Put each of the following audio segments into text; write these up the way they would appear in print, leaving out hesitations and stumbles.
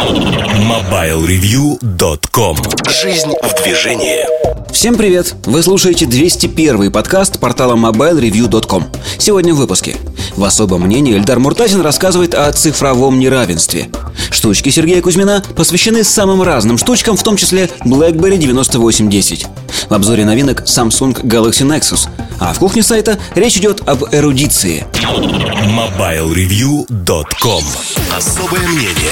MobileReview.com. Жизнь в движении. Всем привет! Вы слушаете 201-й подкаст портала MobileReview.com. Сегодня в выпуске. В особом мнении Эльдар Муртазин рассказывает о цифровом неравенстве. Штучки Сергея Кузьмина посвящены самым разным штучкам, в том числе BlackBerry 9810. В обзоре новинок Samsung Galaxy Nexus. А в кухне сайта речь идет об эрудиции. MobileReview.com. Особое мнение.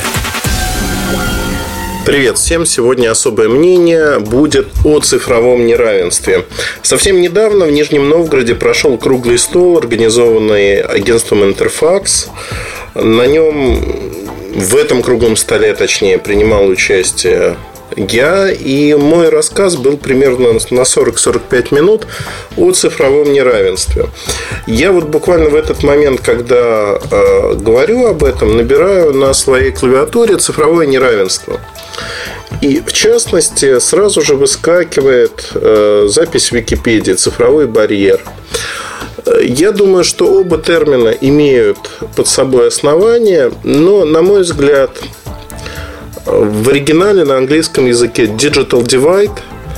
Привет всем! Сегодня особое мнение будет о цифровом неравенстве. Совсем недавно в Нижнем Новгороде прошел круглый стол, организованный агентством Интерфакс. На нем, в этом круглом столе, точнее, принимал участие я, и мой рассказ был примерно на 40-45 минут о цифровом неравенстве. Я вот буквально в этот момент, когда говорю об этом, набираю на своей клавиатуре цифровое неравенство. И в частности сразу же выскакивает запись в Википедии «Цифровой барьер». Я думаю, что оба термина имеют под собой основание, но, на мой взгляд, в оригинале на английском языке Digital Divide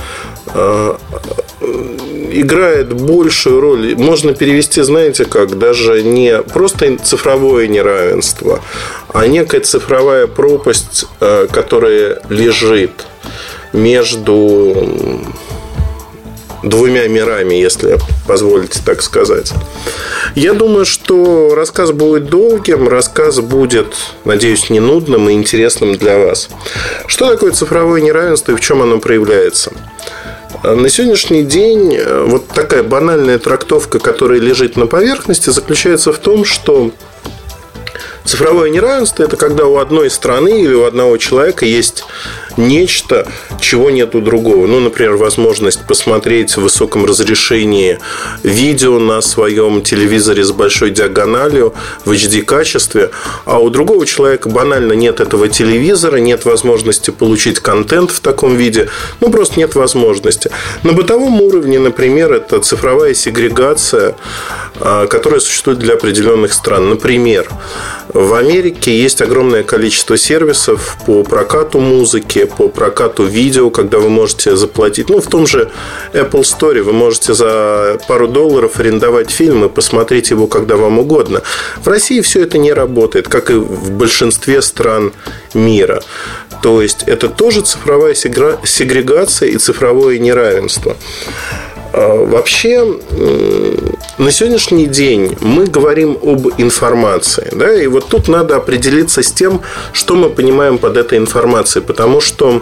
играет большую роль. Можно перевести, знаете как, даже не просто цифровое неравенство, а некая цифровая пропасть, которая лежит между двумя мирами, если позволите так сказать. Я думаю, что рассказ будет долгим, рассказ будет, надеюсь, не нудным и интересным для вас. Что такое цифровое неравенство и в чем оно проявляется? На сегодняшний день вот такая банальная трактовка, которая лежит на поверхности, заключается в том, что цифровое неравенство – это когда у одной страны или у одного человека есть нечто, чего нет у другого. Ну, например, возможность посмотреть в высоком разрешении видео на своем телевизоре с большой диагональю в HD-качестве, а у другого человека банально нет этого телевизора, нет возможности получить контент в таком виде, ну, просто нет возможности. На бытовом уровне, например, это цифровая сегрегация, которая существует для определенных стран. Например, в Америке есть огромное количество сервисов по прокату музыки, по прокату видео, когда вы можете заплатить. Ну, в том же Apple Store вы можете за пару долларов арендовать фильм и посмотреть его, когда вам угодно. В России все это не работает, как и в большинстве стран мира. То есть, это тоже цифровая сегрегация и цифровое неравенство. Вообще, на сегодняшний день мы говорим об информации, да, и вот тут надо определиться с тем, что мы понимаем под этой информацией, потому что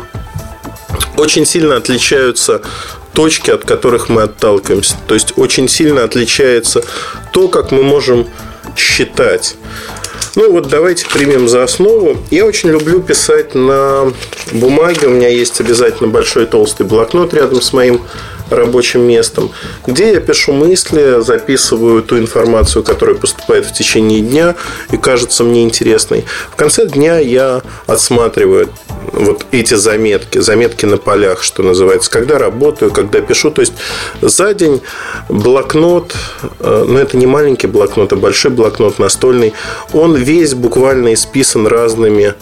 очень сильно отличаются точки, от которых мы отталкиваемся. То есть, очень сильно отличается то, как мы можем считать. Ну вот давайте примем за основу. Я очень люблю писать на бумаге. У меня есть обязательно большой толстый блокнот рядом с моим рабочим местом, где я пишу мысли, записываю ту информацию, которая поступает в течение дня и кажется мне интересной. В конце дня я отсматриваю вот эти заметки на полях, что называется, когда работаю, когда пишу. То есть за день блокнот, но это не маленький блокнот, а большой блокнот настольный, он весь буквально исписан разными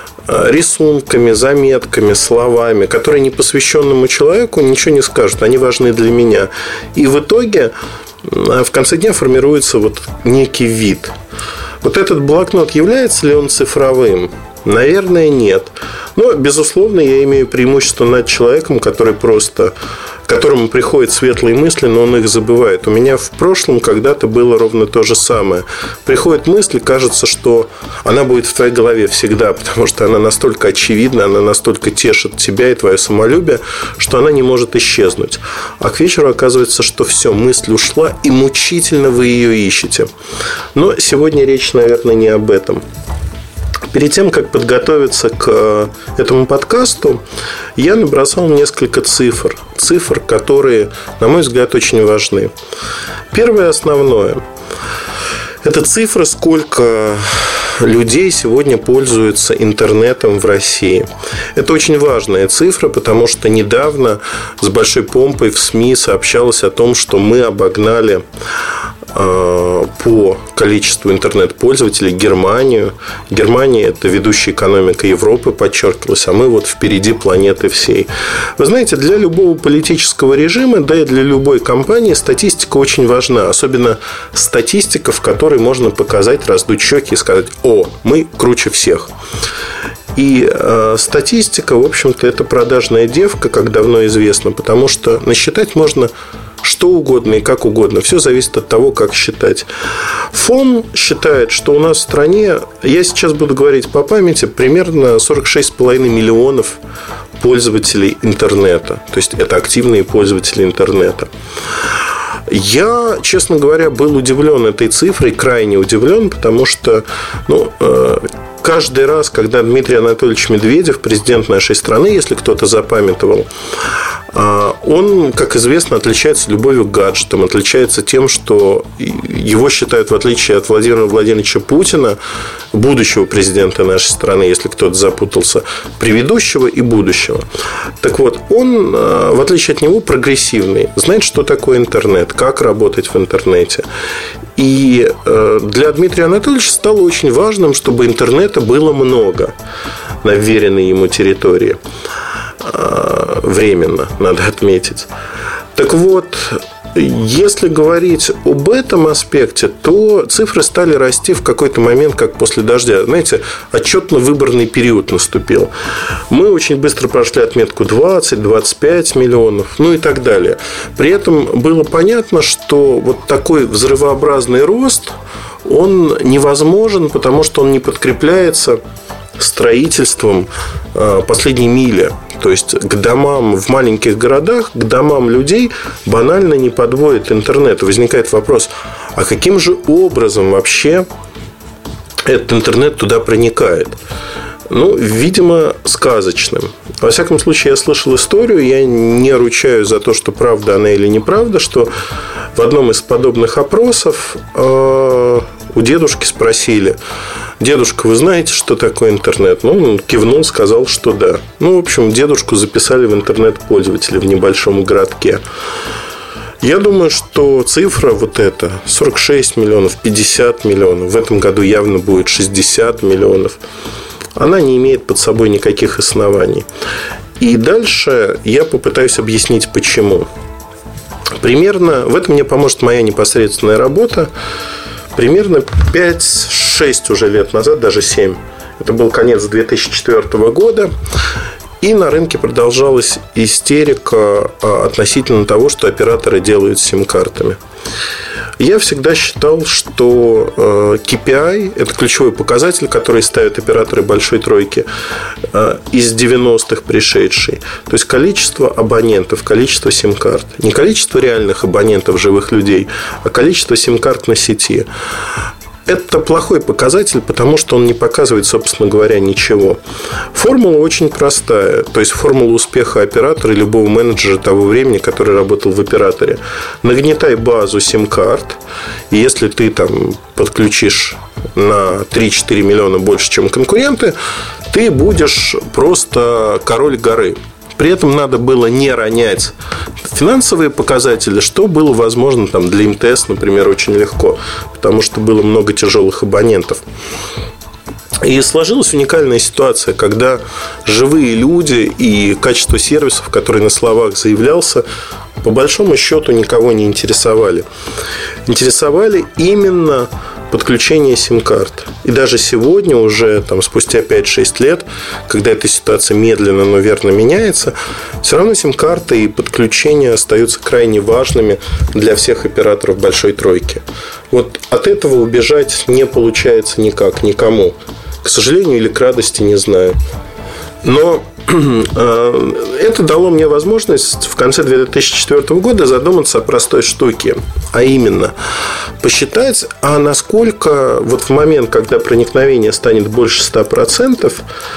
рисунками, заметками, словами, которые непосвященному человеку ничего не скажут. Они важны для меня. И в итоге в конце дня формируется вот некий вид. Вот этот блокнот, является ли он цифровым? Наверное, нет. Но, безусловно, я имею преимущество над человеком, которому приходят светлые мысли, но он их забывает. У меня в прошлом когда-то было ровно то же самое. Приходит мысль, кажется, что она будет в твоей голове всегда, потому что она настолько очевидна, она настолько тешит тебя и твое самолюбие, что она не может исчезнуть. А к вечеру оказывается, что все, мысль ушла, и мучительно вы ее ищете. Но сегодня речь, наверное, не об этом. Перед тем, как подготовиться к этому подкасту, я набросал несколько цифр. Цифр, которые, на мой взгляд, очень важны. Первое, основное. Это цифра, сколько людей сегодня пользуются интернетом в России. Это очень важная цифра, потому что недавно с большой помпой в СМИ сообщалось о том, что мы обогнали по количеству интернет-пользователей Германию. Германия – это ведущая экономика Европы, подчеркивалось, а мы вот впереди планеты всей. Вы знаете, для любого политического режима, да и для любой компании статистика очень важна. Особенно статистика, в которой можно показать, раздуть щеки и сказать: «О, мы круче всех». И статистика, в общем-то, это продажная девка, как давно известно, потому что насчитать можно что угодно и как угодно. Все зависит от того, как считать. ФОМ считает, что у нас в стране, я сейчас буду говорить по памяти, примерно 46,5 миллионов пользователей интернета. То есть это активные пользователи интернета. Я, честно говоря, был удивлен этой цифрой, крайне удивлен, потому что каждый раз, когда Дмитрий Анатольевич Медведев, президент нашей страны, если кто-то запамятовал, он, как известно, отличается любовью к гаджетам, отличается тем, что его считают, в отличие от Владимира Владимировича Путина, будущего президента нашей страны, если кто-то запутался, предыдущего и будущего. Так вот, он, в отличие от него, прогрессивный, знает, что такое интернет, как работать в интернете. И для Дмитрия Анатольевича стало очень важным, чтобы интернета было много на вверенной ему территории. Временно, надо отметить. Так вот, если говорить об этом аспекте, то цифры стали расти в какой-то момент, как после дождя. Знаете, отчетно-выборный период наступил. Мы очень быстро прошли отметку 20-25 миллионов, и так далее. При этом было понятно, что вот такой взрывообразный рост, он невозможен, потому что он не подкрепляется строительством последней мили. То есть к домам в маленьких городах, к домам людей банально не подводит интернет. Возникает вопрос: а каким же образом вообще этот интернет туда проникает? Видимо, сказочным. Во всяком случае, я слышал историю, я не ручаюсь за то, что правда она или неправда, что в одном из подобных опросов у дедушки спросили: дедушка, вы знаете, что такое интернет? Он кивнул, сказал, что да. В общем, дедушку записали в интернет-пользователя в небольшом городке. Я думаю, что цифра вот эта 46 миллионов, 50 миллионов, в этом году явно будет 60 миллионов, она не имеет под собой никаких оснований. И дальше я попытаюсь объяснить, почему. Примерно, в этом мне поможет моя непосредственная работа. Примерно 5-6 уже лет назад, даже 7, это был конец 2004 года, и на рынке продолжалась истерика относительно того, что операторы делают с сим-картами. Я всегда считал, что KPI – это ключевой показатель, который ставят операторы большой тройки, из 90-х пришедший. То есть количество абонентов, количество сим-карт. Не количество реальных абонентов, живых людей, а количество сим-карт на сети. Это плохой показатель, потому что он не показывает, собственно говоря, ничего. Формула очень простая. То есть формула успеха оператора и любого менеджера того времени, который работал в операторе. Нагнетай базу сим-карт, и если ты там подключишь на 3-4 миллиона больше, чем конкуренты, ты будешь просто король горы. При этом надо было не ронять финансовые показатели, что было возможно для МТС, например, очень легко, потому что было много тяжелых абонентов. И сложилась уникальная ситуация, когда живые люди и качество сервисов, который на словах заявлялся, по большому счету никого не интересовали. Интересовали именно подключение сим-карт. И даже сегодня, уже спустя 5-6 лет, когда эта ситуация медленно, но верно меняется, все равно сим-карты и подключение остаются крайне важными для всех операторов большой тройки. Вот от этого убежать не получается никак, никому. К сожалению или к радости, не знаю. Но это дало мне возможность в конце 2004 года задуматься о простой штуке. А именно, посчитать, а насколько вот в момент, когда проникновение станет больше 100%,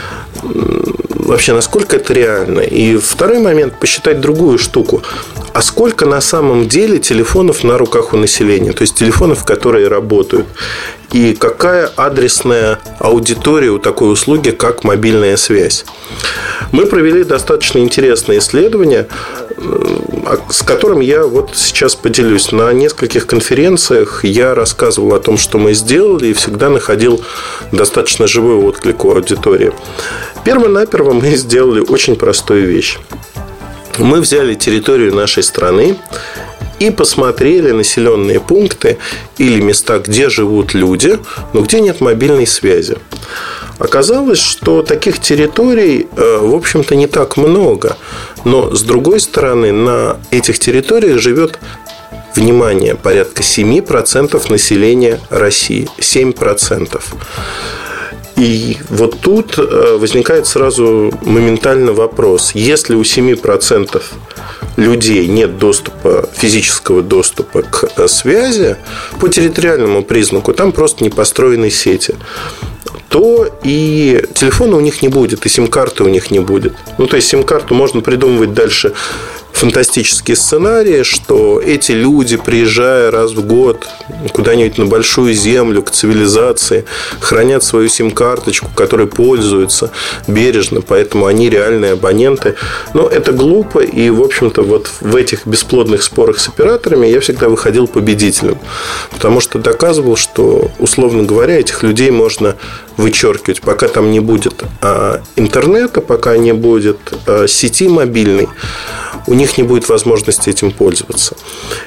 вообще насколько это реально. И второй момент, посчитать другую штуку. А сколько на самом деле телефонов на руках у населения? То есть телефонов, которые работают. И какая адресная аудитория у такой услуги, как мобильная связь? Мы провели достаточно интересное исследование. с которым я вот сейчас поделюсь. На нескольких конференциях я рассказывал о том, что мы сделали, и всегда находил достаточно живой отклик у аудитории. Перво-наперво мы сделали очень простую вещь. Мы взяли территорию нашей страны и посмотрели населенные пункты или места, где живут люди, но где нет мобильной связи. Оказалось, что таких территорий, в общем-то, не так много. Но, с другой стороны, на этих территориях живет, внимание, порядка 7% населения России. 7%. И вот тут возникает сразу моментально вопрос. Если у 7% людей нет доступа, физического доступа к связи, по территориальному признаку, там просто не построены сети, то и телефона у них не будет, и сим-карты у них не будет. Ну, то есть сим-карту можно придумывать дальше фантастические сценарии, что эти люди, приезжая раз в год куда-нибудь на большую землю, к цивилизации, хранят свою сим-карточку, которой пользуются бережно, поэтому они реальные абоненты. Но это глупо, и, в общем-то, вот в этих бесплодных спорах с операторами я всегда выходил победителем, потому что доказывал, что, условно говоря, этих людей можно вычеркивать, пока там не будет интернета, пока не будет сети мобильной, у них не будет возможности этим пользоваться.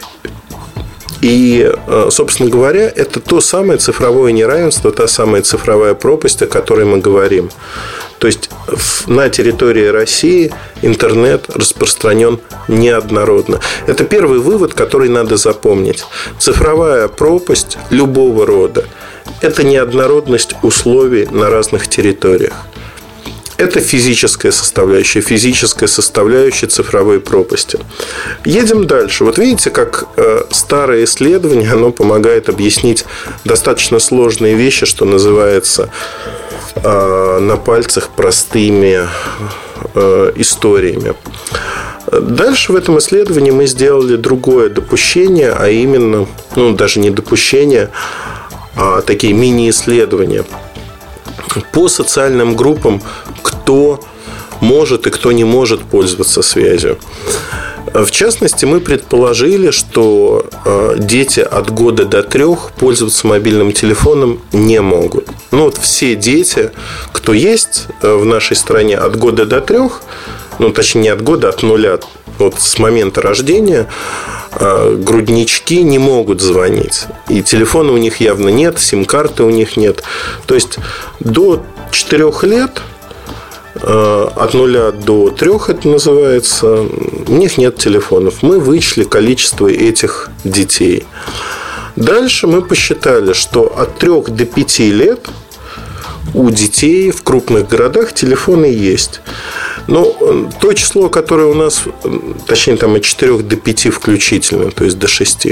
И, собственно говоря, это то самое цифровое неравенство, та самая цифровая пропасть, о которой мы говорим. То есть на территории России интернет распространен неоднородно. Это первый вывод, который надо запомнить. Цифровая пропасть любого рода – это неоднородность условий на разных территориях. Это физическая составляющая цифровой пропасти. Едем дальше. Вот видите, как старое исследование, оно помогает объяснить достаточно сложные вещи, что называется, на пальцах простыми историями. Дальше в этом исследовании мы сделали другое допущение, а именно, даже не допущение, а такие мини-исследования по социальным группам, кто может и кто не может пользоваться связью. В частности, мы предположили, что дети от года до 3 пользоваться мобильным телефоном не могут. Вот все дети, кто есть в нашей стране от года до 3, точнее не от года, от 0, вот с момента рождения, груднички не могут звонить. И телефона у них явно нет, сим-карты у них нет. То есть до 4 лет, от 0 до 3 это называется, у них нет телефонов. Мы вычли количество этих детей. Дальше мы посчитали, что от 3 до 5 лет у детей в крупных городах телефоны есть. Но то число, которое у нас, точнее, там от 4 до 5 включительно, то есть до 6,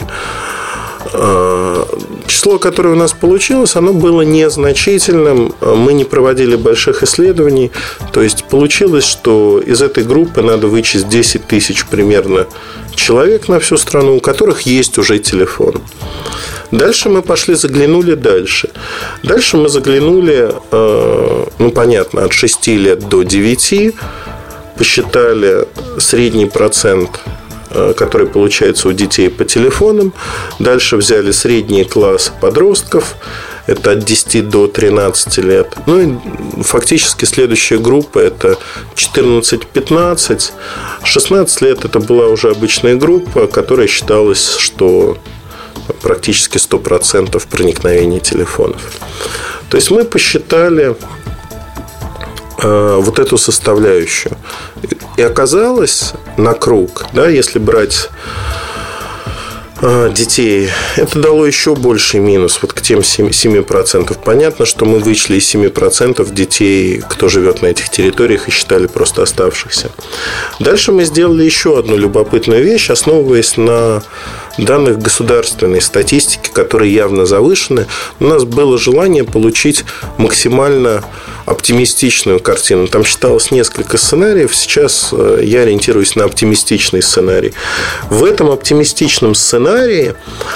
число, которое у нас получилось, оно было незначительным. Мы не проводили больших исследований. То есть получилось, что из этой группы надо вычесть 10 тысяч примерно человек на всю страну, у которых есть уже телефон. Дальше мы заглянули дальше. Дальше мы заглянули, понятно, от 6 лет до 9, посчитали средний процент, который получается у детей по телефонам. Дальше взяли средние классы подростков. Это от 10 до 13 лет. И фактически следующая группа – это 14-15. 16 лет – это была уже обычная группа, которая считалась, что практически 100% проникновения телефонов. То есть мы посчитали вот эту составляющую. И оказалось на круг, если брать детей, это дало еще больший минус к тем 7%. Понятно, что мы вычли из 7% детей, кто живет на этих территориях, и считали просто оставшихся. Дальше мы сделали еще одну любопытную вещь, основываясь на данных государственной статистики, которые явно завышены. У нас было желание получить максимально оптимистичную картину. Там считалось несколько сценариев. Сейчас я ориентируюсь на оптимистичный сценарий. В этом оптимистичном сценарии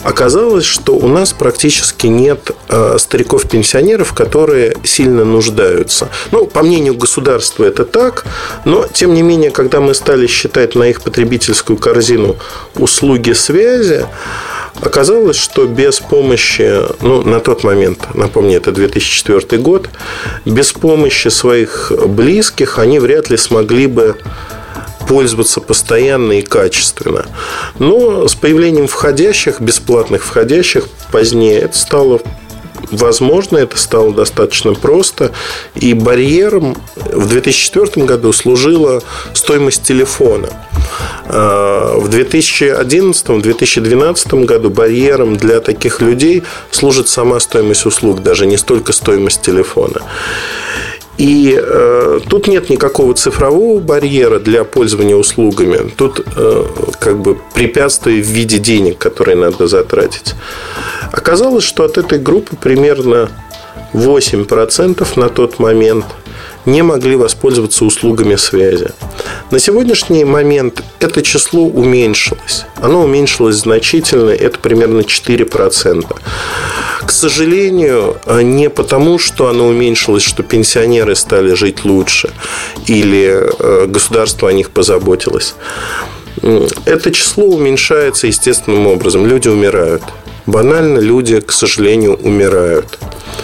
оказалось, что у нас практически нет стариков-пенсионеров, которые сильно нуждаются. Ну, по мнению государства, это так, но, тем не менее, когда мы стали считать на их потребительскую корзину услуги связи, оказалось, что без помощи, на тот момент, напомню, это 2004 год, без помощи своих близких они вряд ли смогли бы пользоваться постоянно и качественно. Но с появлением входящих, бесплатных входящих, позднее это стало возможно, это стало достаточно просто. И барьером в 2004 году служила стоимость телефона. В 2011-2012 году барьером для таких людей служит сама стоимость услуг, даже не столько стоимость телефона. И тут нет никакого цифрового барьера для пользования услугами. Тут препятствие в виде денег, которые надо затратить. Оказалось, что от этой группы примерно 8% на тот момент не могли воспользоваться услугами связи. На сегодняшний момент это число уменьшилось. Оно уменьшилось значительно, это примерно 4%. К сожалению, не потому, что оно уменьшилось, что пенсионеры стали жить лучше или государство о них позаботилось. Это число уменьшается естественным образом. Люди умирают. Банально люди, к сожалению, умирают.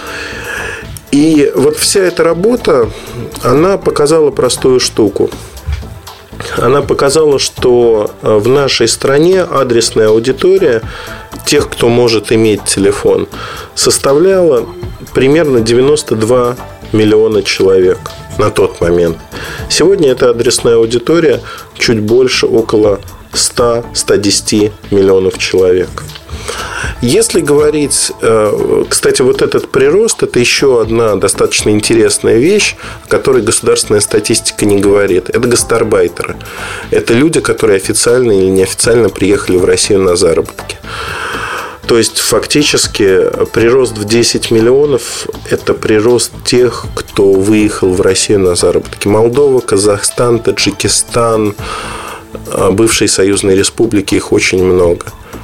И вот вся эта работа, она показала простую штуку. Она показала, что в нашей стране адресная аудитория тех, кто может иметь телефон, составляла примерно 92 миллиона человек на тот момент. Сегодня эта адресная аудитория чуть больше, около 100-110 миллионов человек. Если говорить, кстати, вот этот прирост, это еще одна достаточно интересная вещь, о которой государственная статистика не говорит. Это гастарбайтеры. Это люди, которые официально или неофициально приехали в Россию на заработки. То есть, фактически, прирост в 10 миллионов – это прирост тех, кто выехал в Россию на заработки. Молдова, Казахстан, Таджикистан, бывшие союзные республики, их очень много.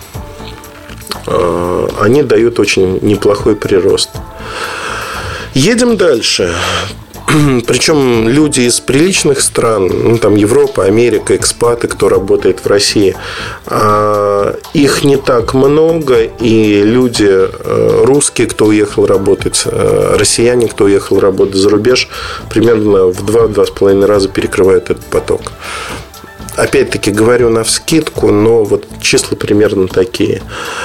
Они дают очень неплохой прирост. Едем дальше. Причем люди из приличных стран, там Европа, Америка, экспаты, кто работает в России, их не так много. И люди русские, кто уехал работать, россияне, кто уехал работать за рубеж, примерно в 2-2,5 раза перекрывают этот поток. Опять-таки говорю навскидку, но вот числа примерно такие.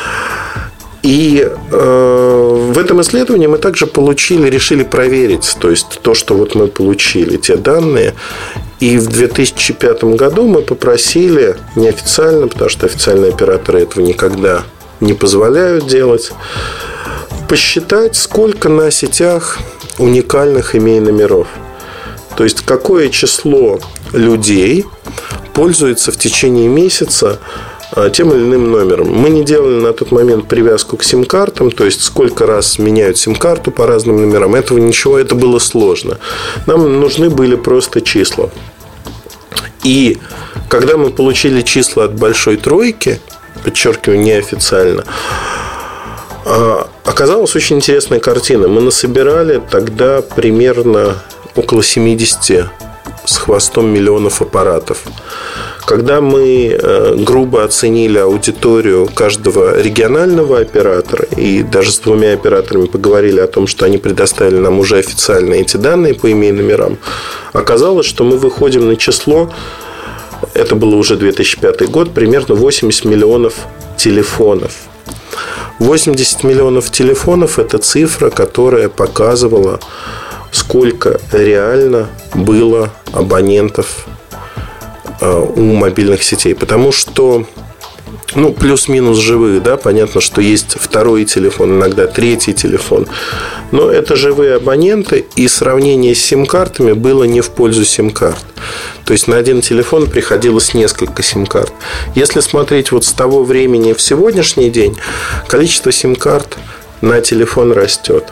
И в этом исследовании мы также решили проверить, то есть то, что вот мы получили, те данные. И в 2005 году мы попросили неофициально, потому что официальные операторы этого никогда не позволяют делать, посчитать, сколько на сетях уникальных имей номеров. То есть какое число людей пользуется в течение месяца тем или иным номером. Мы не делали на тот момент привязку к сим-картам, то есть сколько раз меняют сим-карту по разным номерам. Это было сложно. Нам нужны были просто числа. И когда мы получили числа от большой тройки, подчеркиваю, неофициально, оказалась очень интересная картина. Мы насобирали тогда примерно около 70 с хвостом миллионов аппаратов. Когда мы грубо оценили аудиторию каждого регионального оператора и даже с 2 операторами поговорили о том, что они предоставили нам уже официально эти данные по имей номерам, оказалось, что мы выходим на число, это было уже 2005 год, примерно 80 миллионов телефонов. 80 миллионов телефонов – это цифра, которая показывала, сколько реально было абонентов у мобильных сетей. Потому что, плюс-минус живые, да, понятно, что есть второй телефон, иногда третий телефон. Но это живые абоненты, и сравнение с сим-картами было не в пользу сим-карт. То есть на один телефон приходилось несколько сим-карт. Если смотреть вот с того времени в сегодняшний день, количество сим-карт на телефон растет.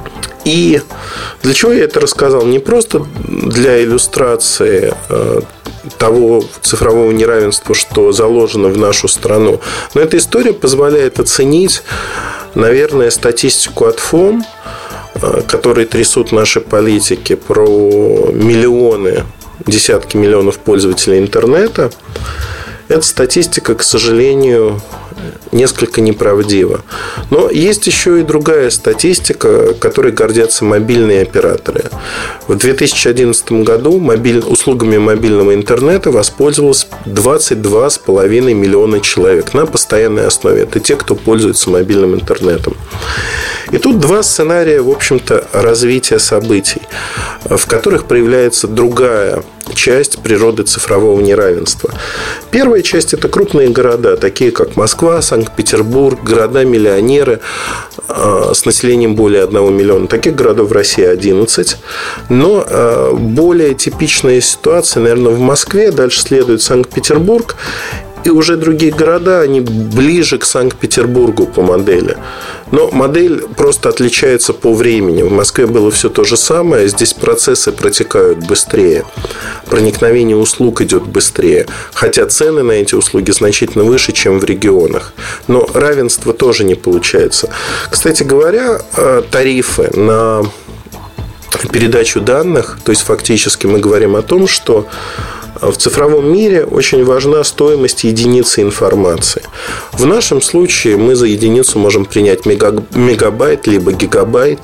И для чего я это рассказал? Не просто для иллюстрации того цифрового неравенства, что заложено в нашу страну. Но эта история позволяет оценить, наверное, статистику от ФОМ, которые трясут наши политики, про миллионы, десятки миллионов пользователей интернета. Эта статистика, к сожалению, несколько неправдива. Но есть еще и другая статистика, которой гордятся мобильные операторы. В 2011 году услугами мобильного интернета воспользовалось 22,5 миллиона человек на постоянной основе. Это те, кто пользуется мобильным интернетом. И тут два сценария, в общем-то, развития событий, в которых проявляется другая часть природы цифрового неравенства. Первая часть – это крупные города, такие как Москва, Санкт-Петербург, города-миллионеры с населением более 1 миллиона. Таких городов в России 11. Но более типичная ситуация, наверное, в Москве. Дальше следует Санкт-Петербург. И уже другие города, они ближе к Санкт-Петербургу по модели. Но модель просто отличается по времени. В Москве было все то же самое. Здесь процессы протекают быстрее. Проникновение услуг идет быстрее. Хотя цены на эти услуги значительно выше, чем в регионах. Но равенства тоже не получается. Кстати говоря, тарифы на передачу данных, то есть фактически мы говорим о том, что в цифровом мире очень важна стоимость единицы информации. В нашем случае мы за единицу можем принять мегабайт либо гигабайт.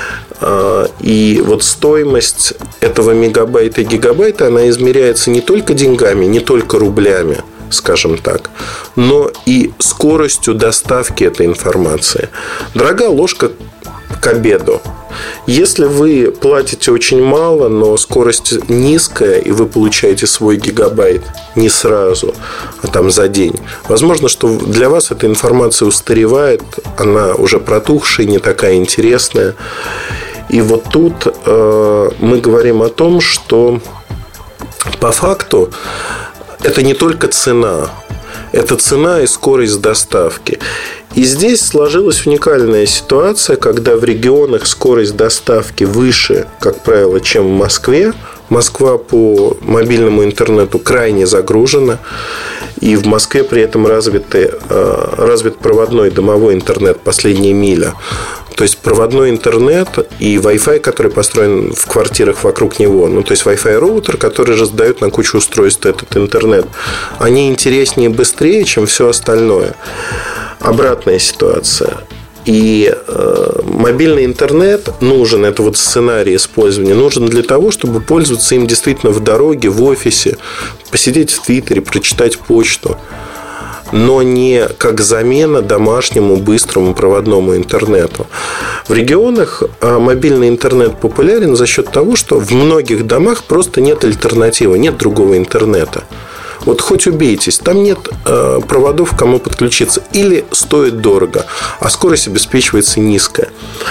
И вот стоимость этого мегабайта и гигабайта, она измеряется не только деньгами, не только рублями, скажем так, но и скоростью доставки этой информации. Дорога ложка к обеду. Если вы платите очень мало, но скорость низкая, и вы получаете свой гигабайт не сразу, а там за день, возможно, что для вас эта информация устаревает, она уже протухшая, не такая интересная. И вот тут мы говорим о том, что по факту это не только цена, это цена и скорость доставки. И здесь сложилась уникальная ситуация, когда в регионах скорость доставки выше, как правило, чем в Москве. Москва по мобильному интернету крайне загружена. И в Москве при этом развит проводной домовой интернет последняя миля. То есть проводной интернет и Wi-Fi, который построен в квартирах вокруг него. Ну, то есть Wi-Fi роутер, который раздает на кучу устройств этот интернет. Они интереснее и быстрее, чем все остальное. Обратная ситуация. И мобильный интернет нужен, это вот сценарий использования, нужен для того, чтобы пользоваться им действительно в дороге, в офисе, посидеть в Твиттере, прочитать почту. Но не как замена домашнему быстрому проводному интернету. В регионах мобильный интернет популярен за счет того, что в многих домах просто нет альтернативы, нет другого интернета. Вот хоть убейтесь, там нет проводов, к кому подключиться. Или стоит дорого, а скорость обеспечивается низкая.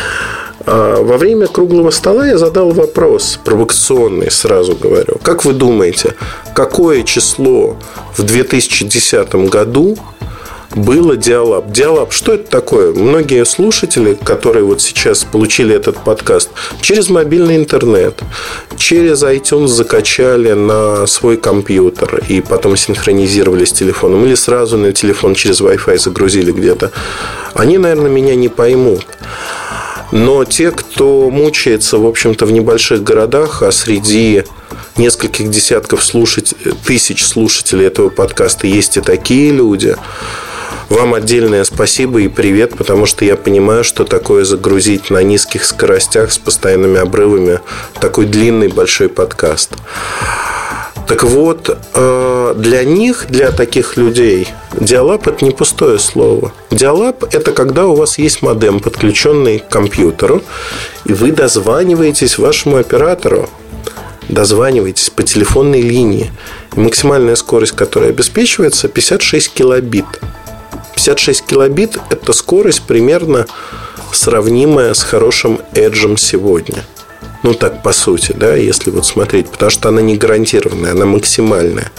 Во время круглого стола я задал вопрос провокационный, сразу говорю. Как вы думаете, какое число в 2010 году было Dial-Up? Dial-Up, что это такое? Многие слушатели, которые вот сейчас получили этот подкаст, через мобильный интернет, через iTunes закачали на свой компьютер и потом синхронизировали с телефоном, или сразу на телефон через Wi-Fi загрузили где-то, они, наверное, меня не поймут. Но те, кто мучается, в общем-то, в небольших городах, а среди нескольких десятков тысяч слушателей этого подкаста есть и такие люди, вам отдельное спасибо и привет, потому что я понимаю, что такое загрузить на низких скоростях с постоянными обрывами такой длинный большой подкаст. Так вот, для них, для таких людей, Dial-Up – это не пустое слово. Dial-Up – это когда у вас есть модем, подключенный к компьютеру, и вы дозваниваетесь вашему оператору. Дозваниваетесь по телефонной линии. И максимальная скорость, которая обеспечивается, 56 килобит. 56 килобит – это скорость примерно сравнимая с хорошим Edge сегодня. Ну, так по сути, да, если вот смотреть. Потому что она не гарантированная, она максимальная.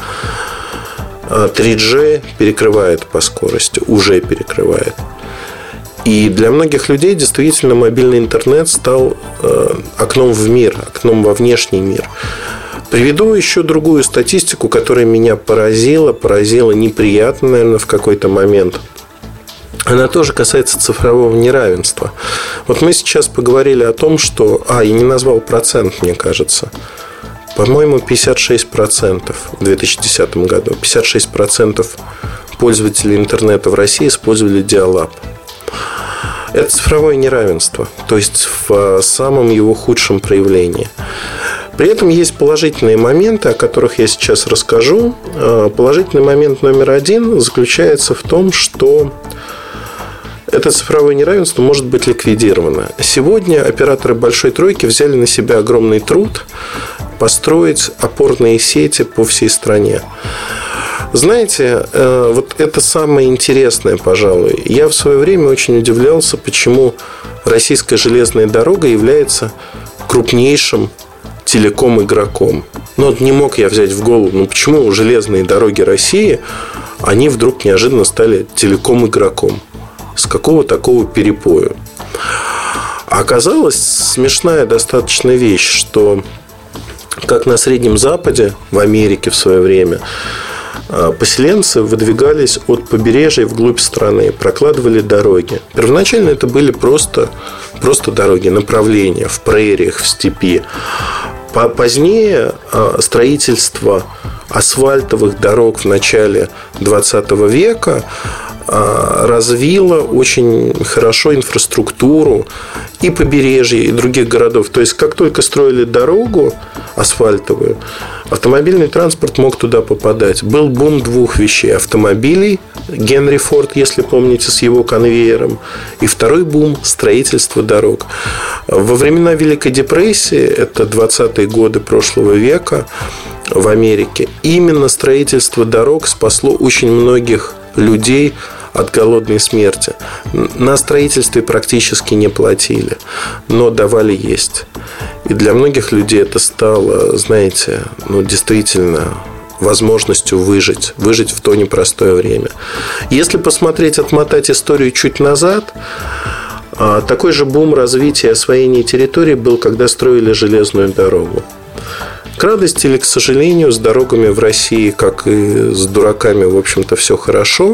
3G перекрывает по скорости, уже перекрывает. И для многих людей действительно мобильный интернет стал окном в мир, окном во внешний мир. Приведу еще другую статистику, которая меня поразила неприятно, наверное, в какой-то момент. Она тоже касается цифрового неравенства. Вот мы сейчас поговорили о том, что... я не назвал процент, мне кажется. По-моему, 56% в 2010 году. 56% пользователей интернета в России использовали диал-ап. Это цифровое неравенство, то есть в самом его худшем проявлении. При этом есть положительные моменты, о которых я сейчас расскажу. Положительный момент номер один заключается в том, что это цифровое неравенство может быть ликвидировано. Сегодня операторы большой тройки взяли на себя огромный труд построить опорные сети по всей стране. Знаете, вот это самое интересное, пожалуй. Я в свое время очень удивлялся, почему российская железная дорога является крупнейшим телеком-игроком. Вот не мог я взять в голову, почему железные дороги России, они вдруг неожиданно стали телеком-игроком. С какого такого перепою? А оказалась смешная достаточно вещь, что как на Среднем Западе, в Америке в свое время, поселенцы выдвигались от побережья вглубь страны, прокладывали дороги. Первоначально это были просто дороги, направления в прериях, в степи. Позднее строительство асфальтовых дорог в начале 20 века развила очень хорошо инфраструктуру и побережья, и других городов. То есть, как только строили дорогу асфальтовую, автомобильный транспорт мог туда попадать. Был бум двух вещей: автомобилей, Генри Форд, если помните, с его конвейером, и второй бум – строительство дорог. Во времена Великой депрессии, это 20-е годы прошлого века в Америке, именно строительство дорог спасло очень многих людей от голодной смерти. На строительстве практически не платили, но давали есть. И для многих людей это стало, знаете, действительно возможностью выжить в то непростое время. Если посмотреть, отмотать историю чуть назад, такой же бум развития и освоения территорий был, когда строили железную дорогу. К радости или к сожалению, с дорогами в России, как и с дураками, в общем-то, все хорошо.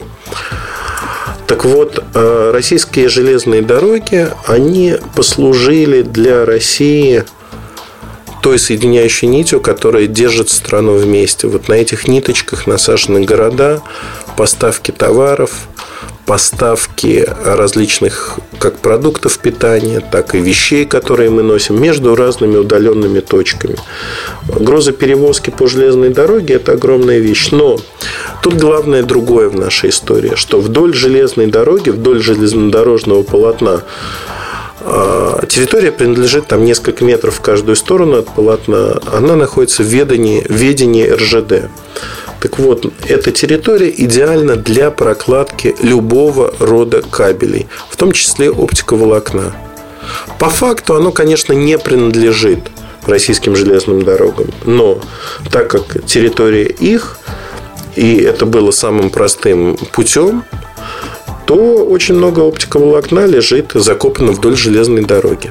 Так вот, российские железные дороги, они послужили для России той соединяющей нитью, которая держит страну вместе. Вот на этих ниточках насажены города, поставки товаров, поставки различных как продуктов питания, так и вещей, которые мы носим, между разными удаленными точками. Грузоперевозки по железной дороге – это огромная вещь. Но тут главное другое в нашей истории, что вдоль железной дороги, вдоль железнодорожного полотна территория принадлежит там несколько метров в каждую сторону от полотна. Она находится в ведении РЖД. Так вот, эта территория идеальна для прокладки любого рода кабелей, в том числе оптиковолокна. По факту оно, конечно, не принадлежит российским железным дорогам, но так как территория их, и это было самым простым путем, то очень много оптиковолокна лежит закопано вдоль железной дороги.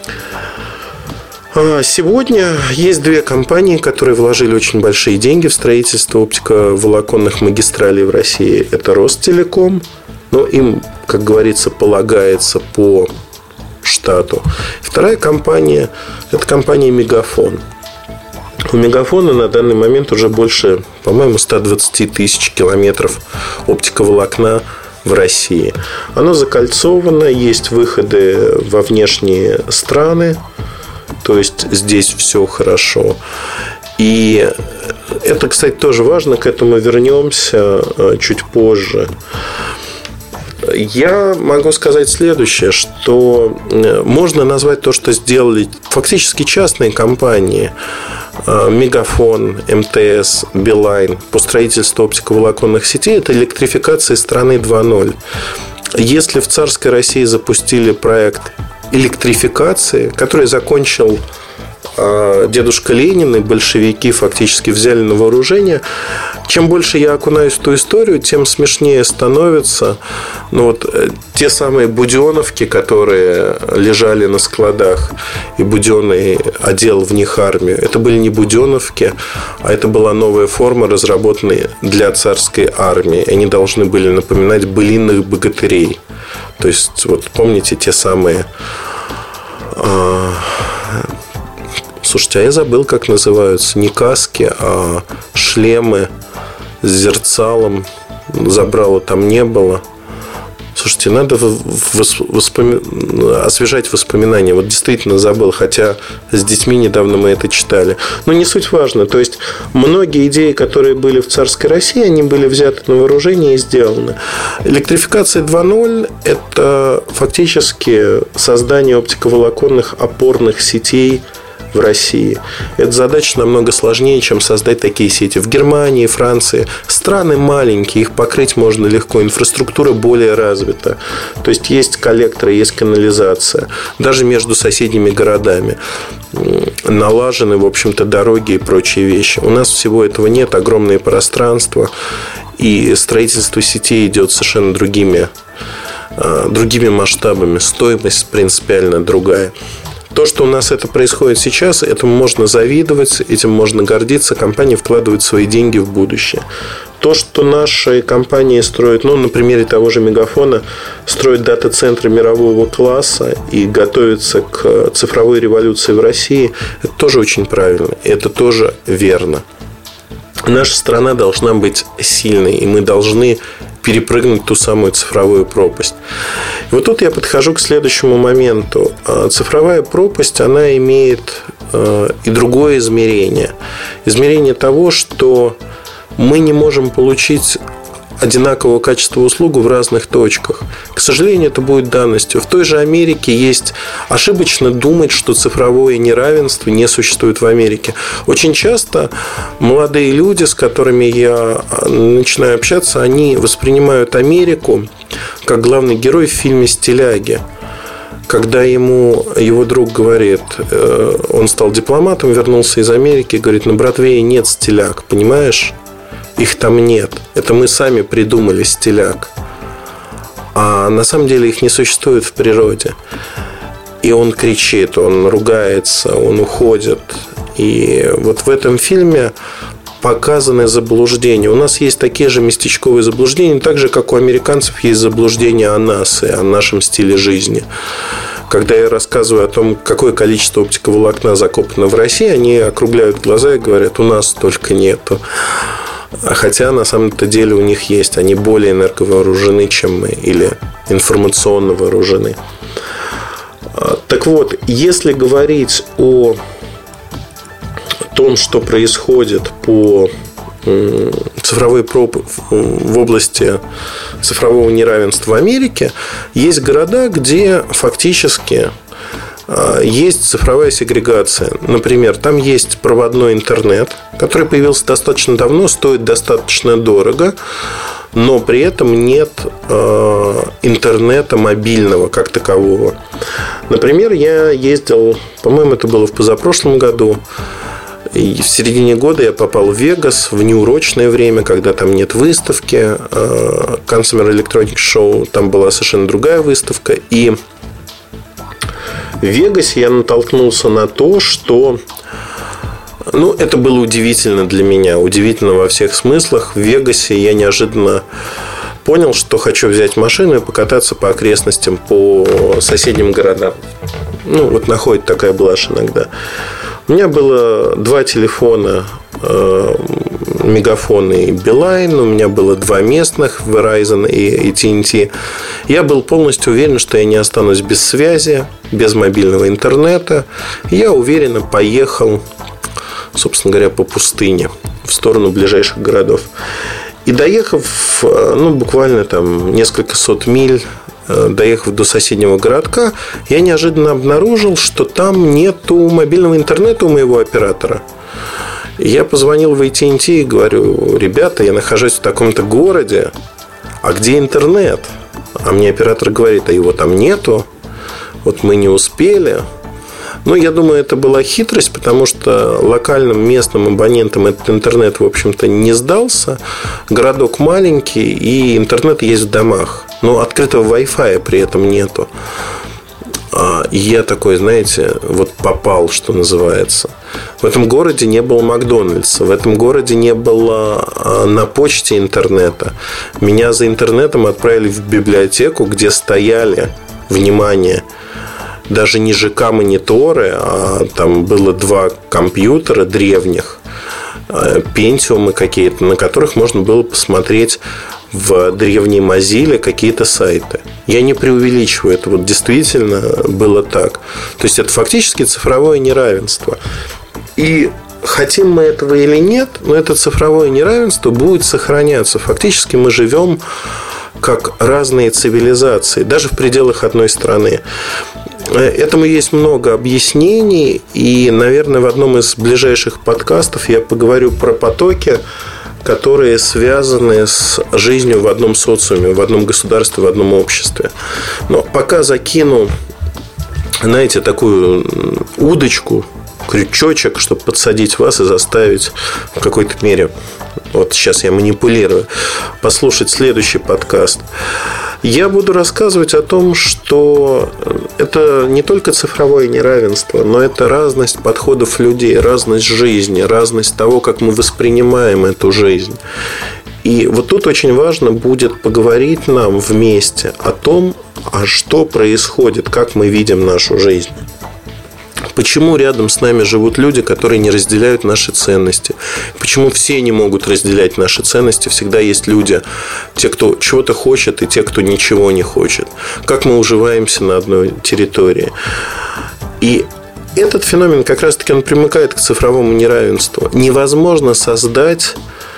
Сегодня есть две компании, которые вложили очень большие деньги в строительство оптиковолоконных магистралей в России. Это Ростелеком, но им, как говорится, полагается по штату. Вторая компания – это компания Мегафон. У Мегафона на данный момент уже больше, по-моему, 120 тысяч километров оптиковолокна в России. Оно закольцовано, есть выходы во внешние страны. То есть здесь все хорошо. И это, кстати, тоже важно. К этому вернемся чуть позже. Я могу сказать следующее, что можно назвать то, что сделали фактически частные компании: Мегафон, МТС, Билайн по строительству оптиковолоконных сетей. Это электрификация страны 2.0. Если в царской России запустили проект электрификации, который закончил дедушка Ленин и большевики фактически взяли на вооружение. Чем больше я окунаюсь в ту историю, тем смешнее становится. Те самые буденовки, которые лежали на складах, и Буденный одел в них армию, это были не буденовки, а это была новая форма, разработанная для царской армии. Они должны были напоминать былинных богатырей. То есть, помните те самые... Слушайте, а я забыл, как называются. Не каски, а шлемы с зерцалом. Забрала там не было. Слушайте, надо освежать воспоминания. Действительно забыл, хотя с детьми недавно мы это читали. Но не суть важно. То есть, многие идеи, которые были в царской России, они были взяты на вооружение и сделаны. Электрификация 2.0 – это фактически создание оптиковолоконных опорных сетей в России. Эта задача намного сложнее, чем создать такие сети в Германии, Франции. Страны маленькие, их покрыть можно легко. Инфраструктура более развита. То есть, есть коллекторы, есть канализация. Даже между соседними городами налажены, в общем-то, дороги и прочие вещи. У нас всего этого нет. Огромные пространства. И строительство сетей идет совершенно другими масштабами. Стоимость принципиально другая. То, что у нас это происходит сейчас, этому можно завидовать, этим можно гордиться. Компании вкладывают свои деньги в будущее. То, что наши компании строят, на примере того же Мегафона, строят дата-центры мирового класса и готовятся к цифровой революции в России, это тоже очень правильно, это тоже верно. Наша страна должна быть сильной, и мы должны перепрыгнуть ту самую цифровую пропасть. И тут я подхожу к следующему моменту. Цифровая пропасть, она имеет и другое измерение. Измерение того, что мы не можем получить одинакового качества услугу в разных точках. К сожалению, это будет данностью. В той же Америке есть ошибочно думать, что цифровое неравенство не существует в Америке. Очень часто молодые люди, с которыми я начинаю общаться, они воспринимают Америку как главный герой в фильме «Стиляги». Когда ему его друг говорит, он стал дипломатом, вернулся из Америки, говорит, на Бродвее нет стиляг, понимаешь? Их там нет. Это мы сами придумали стиляг. А на самом деле их не существует в природе. И он кричит, он ругается, он уходит. И в этом фильме показаны заблуждения. У нас есть такие же местечковые заблуждения, так же, как у американцев есть заблуждения о нас и о нашем стиле жизни. Когда я рассказываю о том, какое количество оптиковолокна закопано в России, они округляют глаза и говорят, у нас столько нету. Хотя на самом-то деле у них есть. Они более энерговооружены, чем мы. Или информационно вооружены. Так вот, если говорить о том, что происходит по цифровой в области цифрового неравенства в Америке, есть города, где фактически есть цифровая сегрегация. Например, там есть проводной интернет, который появился достаточно давно, стоит достаточно дорого, но при этом нет интернета мобильного как такового. Например, я ездил, по-моему, это было в позапрошлом году, и в середине года я попал в Вегас в неурочное время, когда там нет выставки Consumer Electronics Show, там была совершенно другая выставка. И в Вегасе я натолкнулся на то, что это было удивительно для меня, удивительно во всех смыслах. В Вегасе я неожиданно понял, что хочу взять машину и покататься по окрестностям, по соседним городам. Находит такая блажь иногда. У меня было 2 телефона, Мегафон и Билайн. У меня было 2 местных, Verizon и AT&T. Я был полностью уверен, что я не останусь без связи, без мобильного интернета. Я уверенно поехал, собственно говоря, по пустыне в сторону ближайших городов. И доехав, буквально там несколько сот миль, доехав до соседнего городка, я неожиданно обнаружил, что там нету мобильного интернета у моего оператора. Я позвонил в AT&T и говорю: ребята, я нахожусь в таком-то городе, а где интернет? А мне оператор говорит: а его там нету, мы не успели. Но я думаю, это была хитрость, потому что локальным местным абонентам этот интернет, в общем-то, не сдался. Городок маленький, и интернет есть в домах. Но открытого Wi-Fi при этом нету. И я такой, знаете, вот попал, что называется. В этом городе не было Макдональдса. В этом городе не было на почте интернета. Меня за интернетом отправили в библиотеку, где стояли, внимание, даже не ЖК-мониторы, а там было 2 компьютера древних, пентиумы какие-то, на которых можно было посмотреть в древней Mozilla какие-то сайты. Я не преувеличиваю, это вот действительно было так. То есть это фактически цифровое неравенство. И хотим мы этого или нет, но это цифровое неравенство будет сохраняться. Фактически мы живем как разные цивилизации, даже в пределах одной страны. Этому есть много объяснений. И, наверное, в одном из ближайших подкастов я поговорю про потоки, которые связаны с жизнью в одном социуме, в одном государстве, в одном обществе. Но пока закину, знаете, такую удочку, крючочек, чтобы подсадить вас и заставить в какой-то мере, вот сейчас я манипулирую, послушать следующий подкаст. Я буду рассказывать о том, что это не только цифровое неравенство, но это разность подходов людей, разность жизни, разность того, как мы воспринимаем эту жизнь. И вот тут очень важно будет поговорить нам вместе о том, а что происходит, как мы видим нашу жизнь. Почему рядом с нами живут люди, которые не разделяют наши ценности? Почему все не могут разделять наши ценности? Всегда есть люди, те, кто чего-то хочет, и те, кто ничего не хочет. Как мы уживаемся на одной территории? И этот феномен как раз-таки он примыкает к цифровому неравенству. Невозможно создать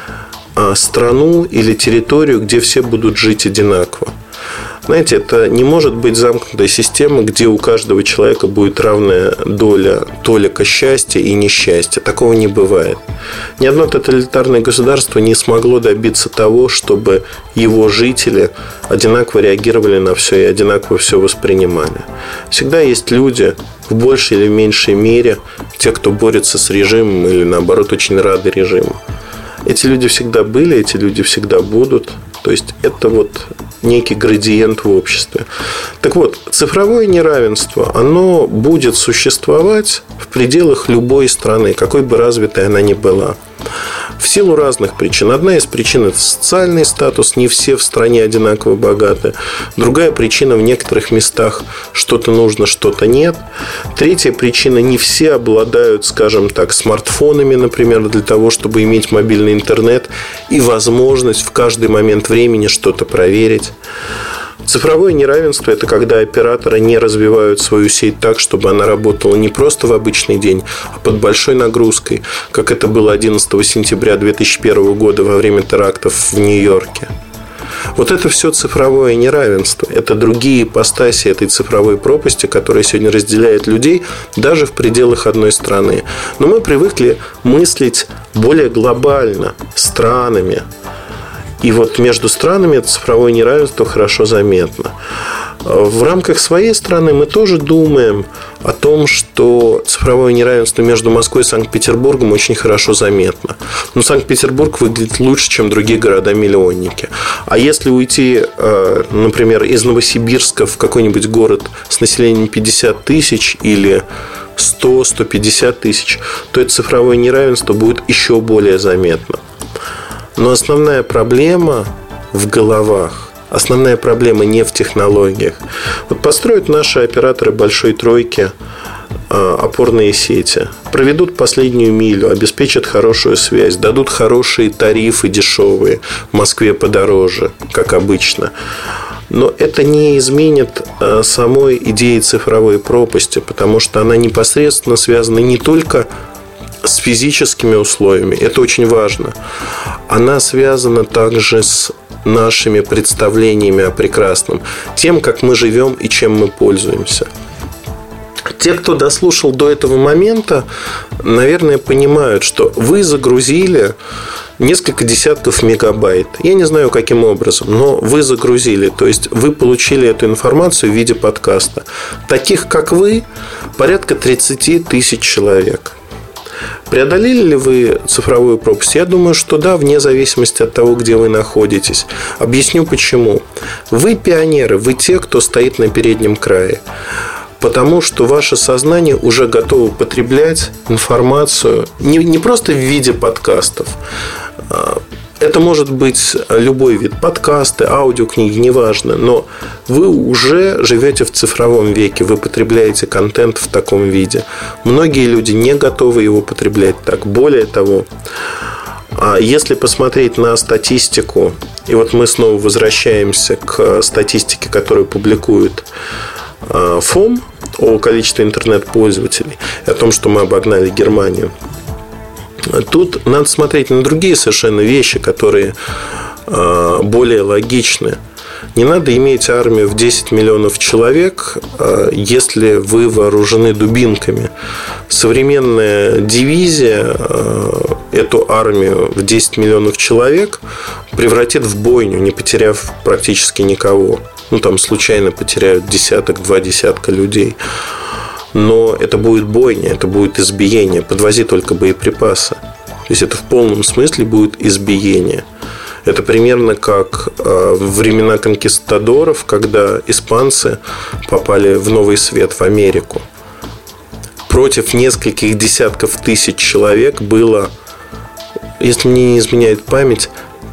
страну или территорию, где все будут жить одинаково. Знаете, это не может быть замкнутая система, где у каждого человека будет равная доля толика счастья и несчастья. Такого не бывает. Ни одно тоталитарное государство не смогло добиться того, чтобы его жители одинаково реагировали на все и одинаково все воспринимали. Всегда есть люди, в большей или в меньшей мере, те, кто борется с режимом или, наоборот, очень рады режиму. Эти люди всегда были, эти люди всегда будут. То есть это вот некий градиент в обществе. Так вот, цифровое неравенство, оно будет существовать в пределах любой страны, какой бы развитой она ни была. В силу разных причин. Одна из причин – это социальный статус. Не все в стране одинаково богаты. Другая причина – в некоторых местах что-то нужно, что-то нет. Третья причина – не все обладают, скажем так, смартфонами, например, для того, чтобы иметь мобильный интернет и возможность в каждый момент времени что-то проверить. Цифровое неравенство – это когда операторы не развивают свою сеть так, чтобы она работала не просто в обычный день, а под большой нагрузкой, как это было 11 сентября 2001 года во время терактов в Нью-Йорке. Вот это все цифровое неравенство. Это другие ипостаси этой цифровой пропасти, которая сегодня разделяет людей даже в пределах одной страны. Но мы привыкли мыслить более глобально, странами. И вот между странами это цифровое неравенство хорошо заметно. В рамках своей страны мы тоже думаем о том, что цифровое неравенство между Москвой и Санкт-Петербургом очень хорошо заметно. Но Санкт-Петербург выглядит лучше, чем другие города-миллионники. А если уйти, например, из Новосибирска в какой-нибудь город с населением 50 тысяч или 100-150 тысяч, то это цифровое неравенство будет еще более заметно. Но основная проблема в головах, основная проблема не в технологиях. Вот построят наши операторы большой тройки опорные сети, проведут последнюю милю, обеспечат хорошую связь, дадут хорошие тарифы дешевые, в Москве подороже, как обычно. Но это не изменит самой идеи цифровой пропасти, потому что она непосредственно связана не только с физическими условиями, это очень важно. Она связана также с нашими представлениями о прекрасном, тем, как мы живем и чем мы пользуемся. Те, кто дослушал до этого момента, наверное, понимают, что вы загрузили несколько десятков мегабайт. Я не знаю, каким образом, но вы загрузили. То есть вы получили эту информацию в виде подкаста. Таких, как вы, порядка 30 тысяч человек. Преодолели ли вы цифровую пропасть? Я думаю, что да, вне зависимости от того, где вы находитесь. Объясню почему. Вы пионеры, вы те, кто стоит на переднем крае. Потому что ваше сознание уже готово потреблять информацию не просто в виде подкастов. Это может быть любой вид, подкасты, аудиокниги, неважно. Но вы уже живете в цифровом веке, вы потребляете контент в таком виде. Многие люди не готовы его потреблять так. Более того, если посмотреть на статистику, и вот мы снова возвращаемся к статистике, которую публикует ФОМ о количестве интернет-пользователей, и о том, что мы обогнали Германию. Тут надо смотреть на другие совершенно вещи, которые более логичны. Не надо иметь армию в 10 миллионов человек, если вы вооружены дубинками. Современная дивизия эту армию в 10 миллионов человек превратит в бойню, не потеряв практически никого. Там случайно потеряют два десятка людей. Но это будет бойня, это будет избиение. Подвози только боеприпасы. То есть это в полном смысле будет избиение. Это примерно как в времена конкистадоров, когда испанцы попали в Новый Свет, в Америку. Против нескольких десятков тысяч человек было, если мне не изменяет память,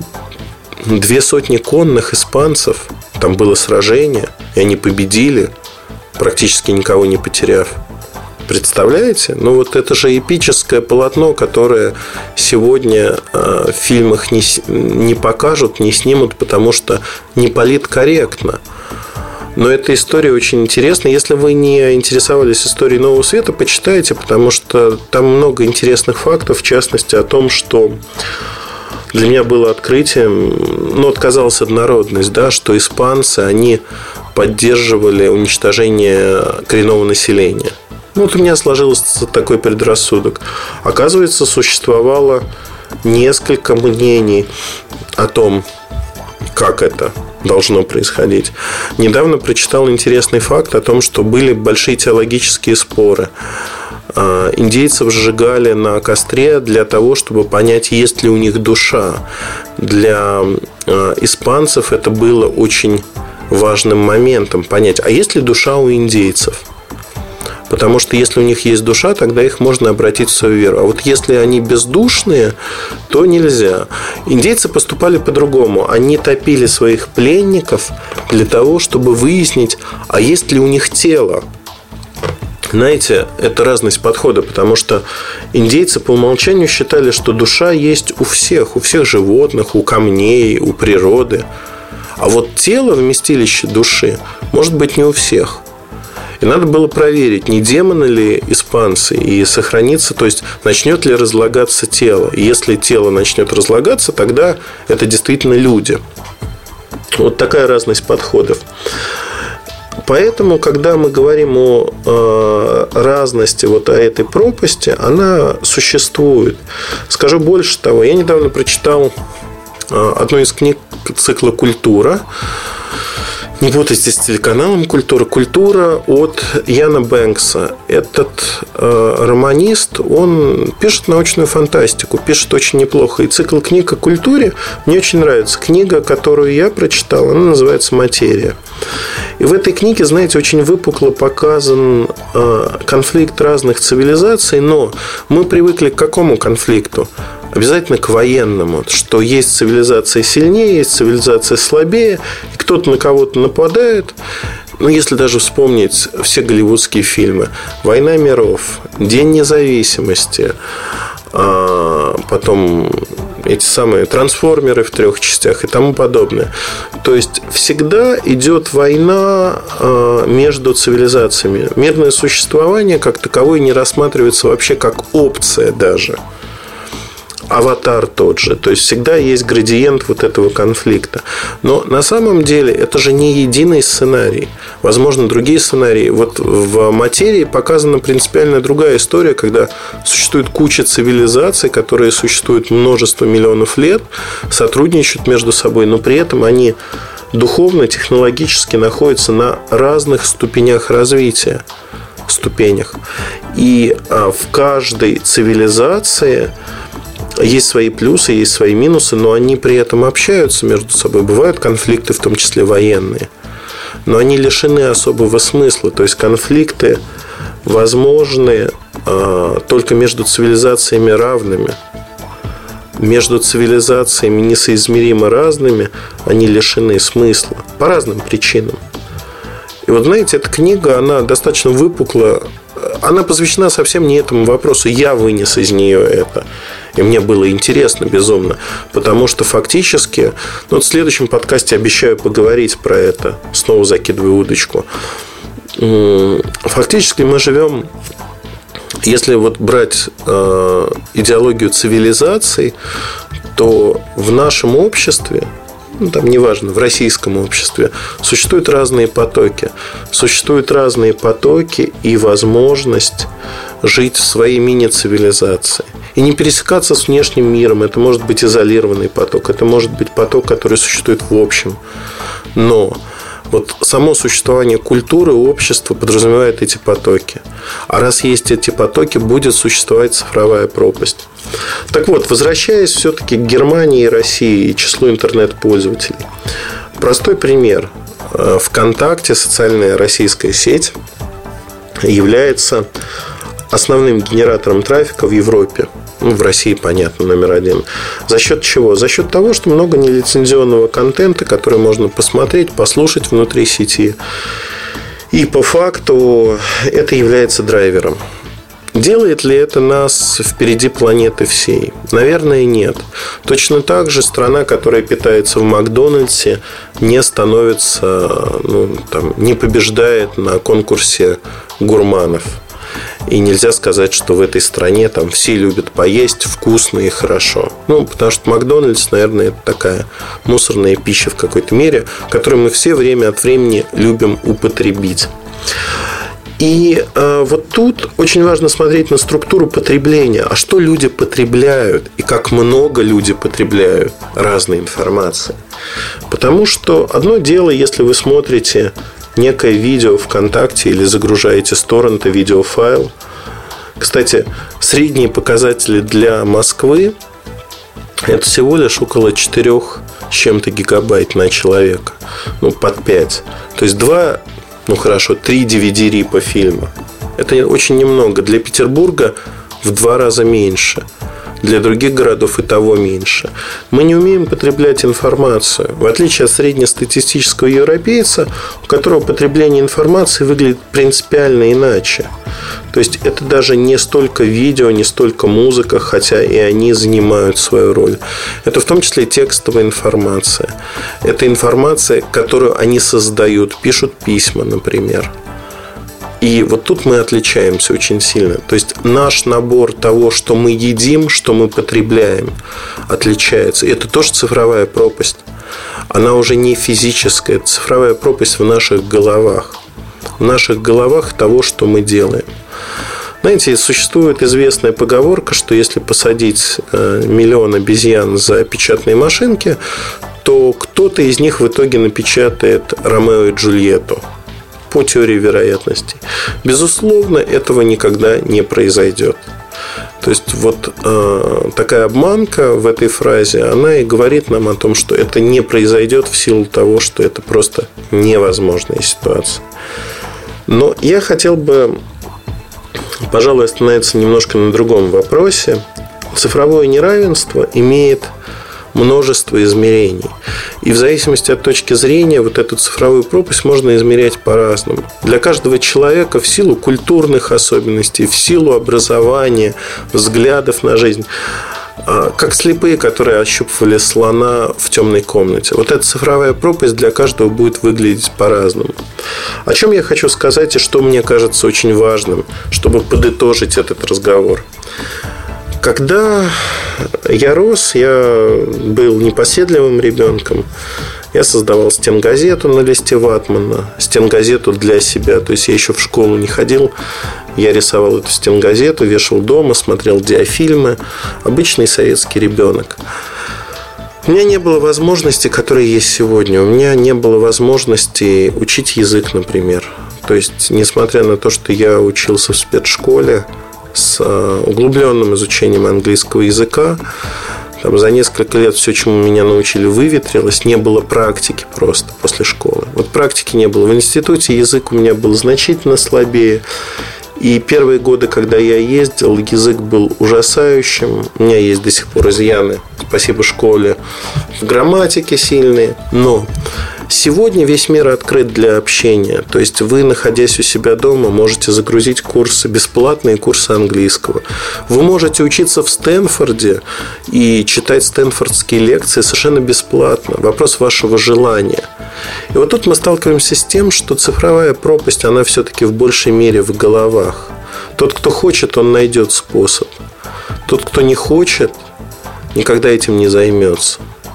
200 конных испанцев. Там было сражение, и они победили, практически никого не потеряв. Представляете? Вот это же эпическое полотно, которое сегодня в фильмах не покажут, не снимут, потому что не политкорректно. Но эта история очень интересна. Если вы не интересовались историей Нового Света, почитайте, потому что там много интересных фактов, в частности о том, что для меня было открытием, отказалась однородность, да, что испанцы, они поддерживали уничтожение коренного населения. У меня сложился такой предрассудок. Оказывается, существовало несколько мнений о том, как это должно происходить. Недавно прочитал интересный факт о том, что были большие теологические споры. Индейцев сжигали на костре для того, чтобы понять, есть ли у них душа. Для испанцев это было очень важным моментом понять, а есть ли душа у индейцев. Потому что если у них есть душа, тогда их можно обратить в свою веру. А вот если они бездушные, то нельзя. Индейцы поступали по-другому. Они топили своих пленников для того, чтобы выяснить, а есть ли у них тело. Знаете, это разность подхода, потому что индейцы по умолчанию считали, что душа есть у всех животных, у камней, у природы. А вот тело, вместилище души, может быть не у всех. И надо было проверить, не демоны ли испанцы, и сохранится, то есть начнет ли разлагаться тело. И если тело начнет разлагаться, тогда это действительно люди. Вот такая разность подходов. Поэтому, когда мы говорим о разности, о этой пропасти, она существует. Скажу больше того, я недавно прочитал одну из книг цикла «Культура». Не путайте с телеканалом «Культура». «Культура» от Яна Бэнкса. Этот романист, он пишет научную фантастику, пишет очень неплохо. И цикл книг о культуре мне очень нравится. Книга, которую я прочитал, она называется «Материя». И в этой книге, знаете, очень выпукло показан конфликт разных цивилизаций, но мы привыкли к какому конфликту? Обязательно к военному, что есть цивилизация сильнее, есть цивилизация слабее, и кто-то на кого-то нападает. Если даже вспомнить все голливудские фильмы: «Война миров», «День независимости», потом эти самые «Трансформеры» в 3 частях и тому подобное. То есть всегда идет война между цивилизациями. Мирное существование как таковое не рассматривается вообще как опция даже. аватар тот же. То есть всегда есть градиент вот этого конфликта. Но на самом деле это же не единый сценарий. Возможно, другие сценарии. Вот в материи показана принципиально другая история, когда существует куча цивилизаций, которые существуют множество миллионов лет, сотрудничают между собой, но при этом они духовно, технологически находятся на разных ступенях развития. И в каждой цивилизации есть свои плюсы, есть свои минусы, но они при этом общаются между собой. Бывают конфликты, в том числе военные, но они лишены особого смысла. То есть конфликты возможны только между цивилизациями равными. Между цивилизациями несоизмеримо разными они лишены смысла по разным причинам. И вот, знаете, эта книга, она достаточно выпукла. Она посвящена совсем не этому вопросу. Я вынес из нее это. И мне было интересно безумно. Потому что фактически, в следующем подкасте обещаю поговорить про это. Снова закидываю удочку. Фактически мы живем, если вот брать идеологию цивилизаций, то в нашем обществе, там неважно, в российском обществе, существуют разные потоки. Существуют разные потоки и возможность жить в своей мини-цивилизации. И не пересекаться с внешним миром. Это может быть изолированный поток. Это может быть поток, который существует в общем. Но вот само существование культуры, общества подразумевает эти потоки. А раз есть эти потоки, будет существовать цифровая пропасть. Так вот, возвращаясь все-таки к Германии и России и числу интернет-пользователей. Простой пример. ВКонтакте, социальная российская сеть, является основным генератором трафика в Европе. В России, понятно, номер один. За счет чего? За счет того, что много нелицензионного контента, который можно посмотреть, послушать внутри сети. И по факту это является драйвером. Делает ли это нас впереди планеты всей? Наверное, нет. Точно так же страна, которая питается в Макдональдсе, не становится, не побеждает на конкурсе гурманов. И нельзя сказать, что в этой стране там все любят поесть вкусно и хорошо. Потому что Макдональдс, наверное, это такая мусорная пища в какой-то мере, которую мы все время от времени любим употребить. И вот тут очень важно смотреть на структуру потребления. А что люди потребляют? И как много люди потребляют разной информации. Потому что одно дело, если вы смотрите некое видео ВКонтакте или загружаете с торрента видеофайл. Кстати, средние показатели для Москвы – это всего лишь около 4 с чем-то гигабайт на человека. Под 5. То есть 3 DVD-рипа фильма. Это очень немного. Для Петербурга в 2 раза меньше. Для других городов и того меньше. Мы не умеем потреблять информацию. В отличие от среднестатистического европейца, у которого потребление информации выглядит принципиально иначе. То есть это даже не столько видео, не столько музыка, хотя и они занимают свою роль. Это в том числе текстовая информация. Это информация, которую они создают, пишут письма, например. И вот тут мы отличаемся очень сильно. То есть наш набор того, что мы едим, что мы потребляем, отличается. И это тоже цифровая пропасть. Она уже не физическая. Это цифровая пропасть в наших головах. В наших головах того, что мы делаем. Знаете, существует известная поговорка, что если посадить 1 миллион обезьян за печатные машинки, то кто-то из них в итоге напечатает Ромео и Джульетту. По теории вероятностей. Безусловно, этого никогда не произойдет. То есть вот такая обманка в этой фразе, она и говорит нам о том, что это не произойдет в силу того, что это просто невозможная ситуация. Но я хотел бы, пожалуй, остановиться немножко на другом вопросе. Цифровое неравенство имеет множество измерений. И в зависимости от точки зрения вот эту цифровую пропасть можно измерять по-разному. Для каждого человека в силу культурных особенностей, в силу образования, взглядов на жизнь, как слепые, которые ощупывали слона в темной комнате. Вот эта цифровая пропасть для каждого будет выглядеть по-разному. О чем я хочу сказать и что мне кажется очень важным, чтобы подытожить этот разговор. Когда я рос, я был непоседливым ребенком. Я создавал стенгазету на листе ватмана, стенгазету для себя. То есть я еще в школу не ходил. Я рисовал эту стенгазету, вешал дома, смотрел диафильмы. Обычный советский ребенок. У меня не было возможностей, которые есть сегодня. У меня не было возможности учить язык, например. То есть, несмотря на то, что я учился в спецшколе с углубленным изучением английского языка, там, за несколько лет все, чему меня научили, выветрилось. Не было практики просто после школы. Вот практики не было. В институте язык у меня был значительно слабее. И первые годы, когда я ездил, язык был ужасающим. У меня есть до сих пор изъяны, спасибо школе, в грамматике сильные. Но сегодня весь мир открыт для общения. То есть вы, находясь у себя дома, можете загрузить курсы, бесплатные курсы английского. Вы можете учиться в Стэнфорде и читать стэнфордские лекции совершенно бесплатно. Вопрос вашего желания. И вот тут мы сталкиваемся с тем, что цифровая пропасть, она все-таки в большей мере в головах. Тот, кто хочет, он найдет способ. Тот, кто не хочет, никогда этим не займется.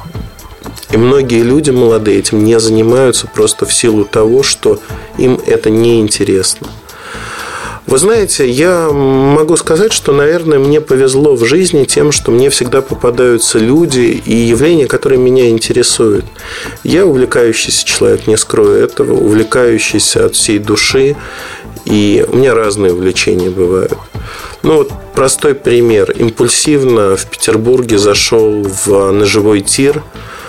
И многие люди молодые этим не занимаются просто в силу того, что им это неинтересно. Вы знаете, я могу сказать, что, наверное, мне повезло в жизни тем, что мне всегда попадаются люди и явления, которые меня интересуют. Я увлекающийся человек, не скрою этого, увлекающийся от всей души, и у меня разные увлечения бывают. Ну вот простой пример. Импульсивно в Петербурге зашел в ножевой тир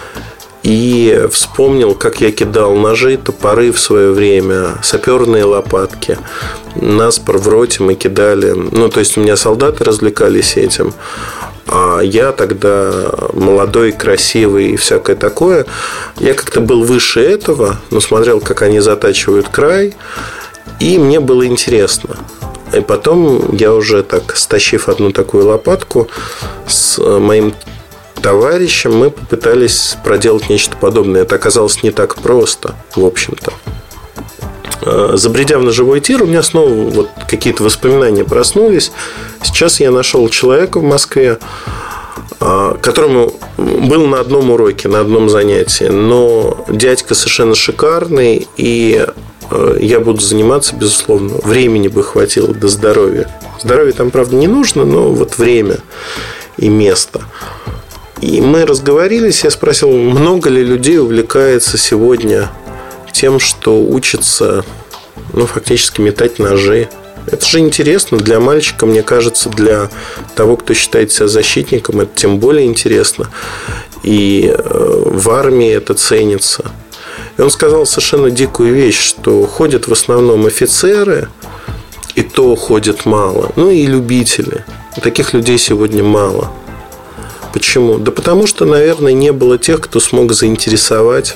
и вспомнил, как я кидал ножи, топоры в свое время, саперные лопатки. Наспор в роте мы кидали. Ну, то есть у меня солдаты развлекались этим. А я тогда молодой, красивый и всякое такое. Я как-то был выше этого, но смотрел, как они затачивают край. И мне было интересно. И потом я уже так, стащив одну такую лопатку, с моим товарищем мы попытались проделать нечто подобное. Это оказалось не так просто, в общем-то. Забредя в ножевой тир, у меня снова вот какие-то воспоминания проснулись. Сейчас я нашел человека в Москве, которому был на одном уроке, на одном занятии. Но дядька совершенно шикарный, и я буду заниматься, безусловно. Времени бы хватило до здоровья. Здоровье там, правда, не нужно, но вот время и место. И мы разговорились, я спросил, много ли людей увлекается сегодня тем, что учатся, фактически метать ножи. Это же интересно для мальчика, мне кажется, для того, кто считает себя защитником, это тем более интересно. И в армии это ценится. И он сказал совершенно дикую вещь, что ходят в основном офицеры, и то ходят мало, и любители. И таких людей сегодня мало. Почему? Да потому что, наверное, не было тех, кто смог заинтересовать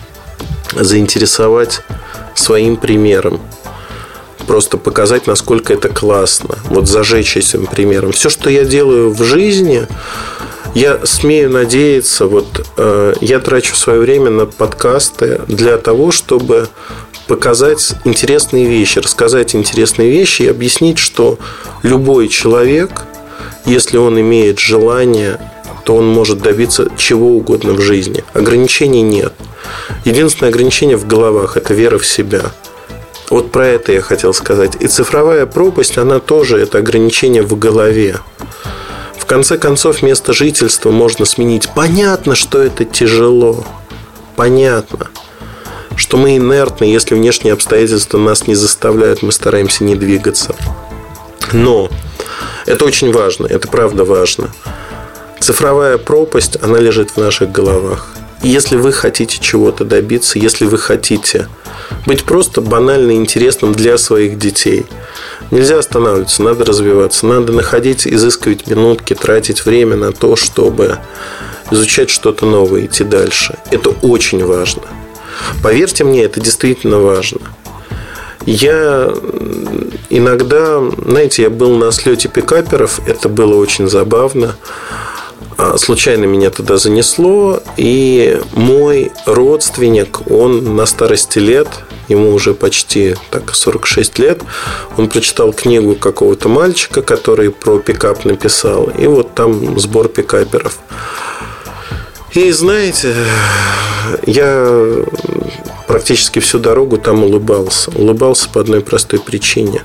своим примером. Просто показать, насколько это классно. Вот зажечь этим примером. Все, что я делаю в жизни, я смею надеяться, я трачу свое время на подкасты для того, чтобы показать интересные вещи, рассказать интересные вещи и объяснить, что любой человек, если он имеет желание, то он может добиться чего угодно в жизни. Ограничений нет. Единственное ограничение в головах – это вера в себя. Вот про это я хотел сказать. И цифровая пропасть, она тоже это ограничение в голове. В конце концов, место жительства можно сменить. Понятно, что это тяжело. Понятно, что мы инертны, если внешние обстоятельства нас не заставляют, мы стараемся не двигаться. Но это очень важно, это правда важно. Цифровая пропасть, она лежит в наших головах. И если вы хотите чего-то добиться, если вы хотите быть просто банально интересным для своих детей, нельзя останавливаться, надо развиваться, надо находить, изыскивать минутки, тратить время на то, чтобы изучать что-то новое, идти дальше. Это очень важно. Поверьте мне, это действительно важно. Я иногда, я был на слете пикаперов, это было очень забавно. Случайно меня туда занесло, и мой родственник, он на старости лет, ему уже почти 46 лет. Он прочитал книгу какого-то мальчика, который про пикап написал. И вот там сбор пикаперов. И знаете, я практически всю дорогу там улыбался. Улыбался по одной простой причине.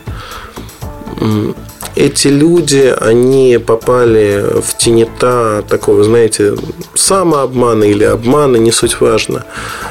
Эти люди, они попали в тенета такого, знаете, самообмана или обмана, не суть важно.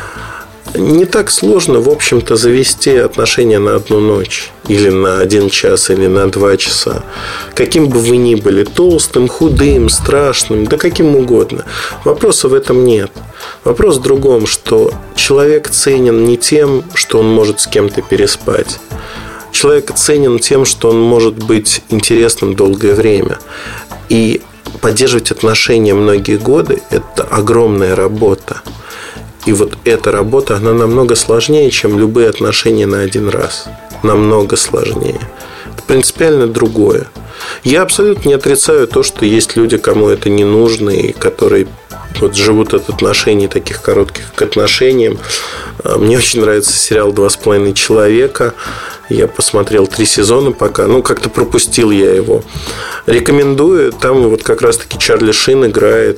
Не так сложно, в общем-то, завести отношения на одну ночь. Или на 1 час, или на 2 часа. Каким бы вы ни были, толстым, худым, страшным, да каким угодно. Вопроса в этом нет. Вопрос в другом, что человек ценен не тем, что он может с кем-то переспать. Человек ценен тем, что он может быть интересным долгое время. И поддерживать отношения многие годы – это огромная работа. И вот эта работа, она намного сложнее, чем любые отношения на 1 раз. Намного сложнее. Это принципиально другое. Я абсолютно не отрицаю то, что есть люди, кому это не нужно, и которые вот живут от отношений таких коротких к отношениям. Мне очень нравится сериал «2,5 человека». Я посмотрел 3 сезона пока. Как-то пропустил я его. Рекомендую. Там вот как раз-таки Чарли Шин играет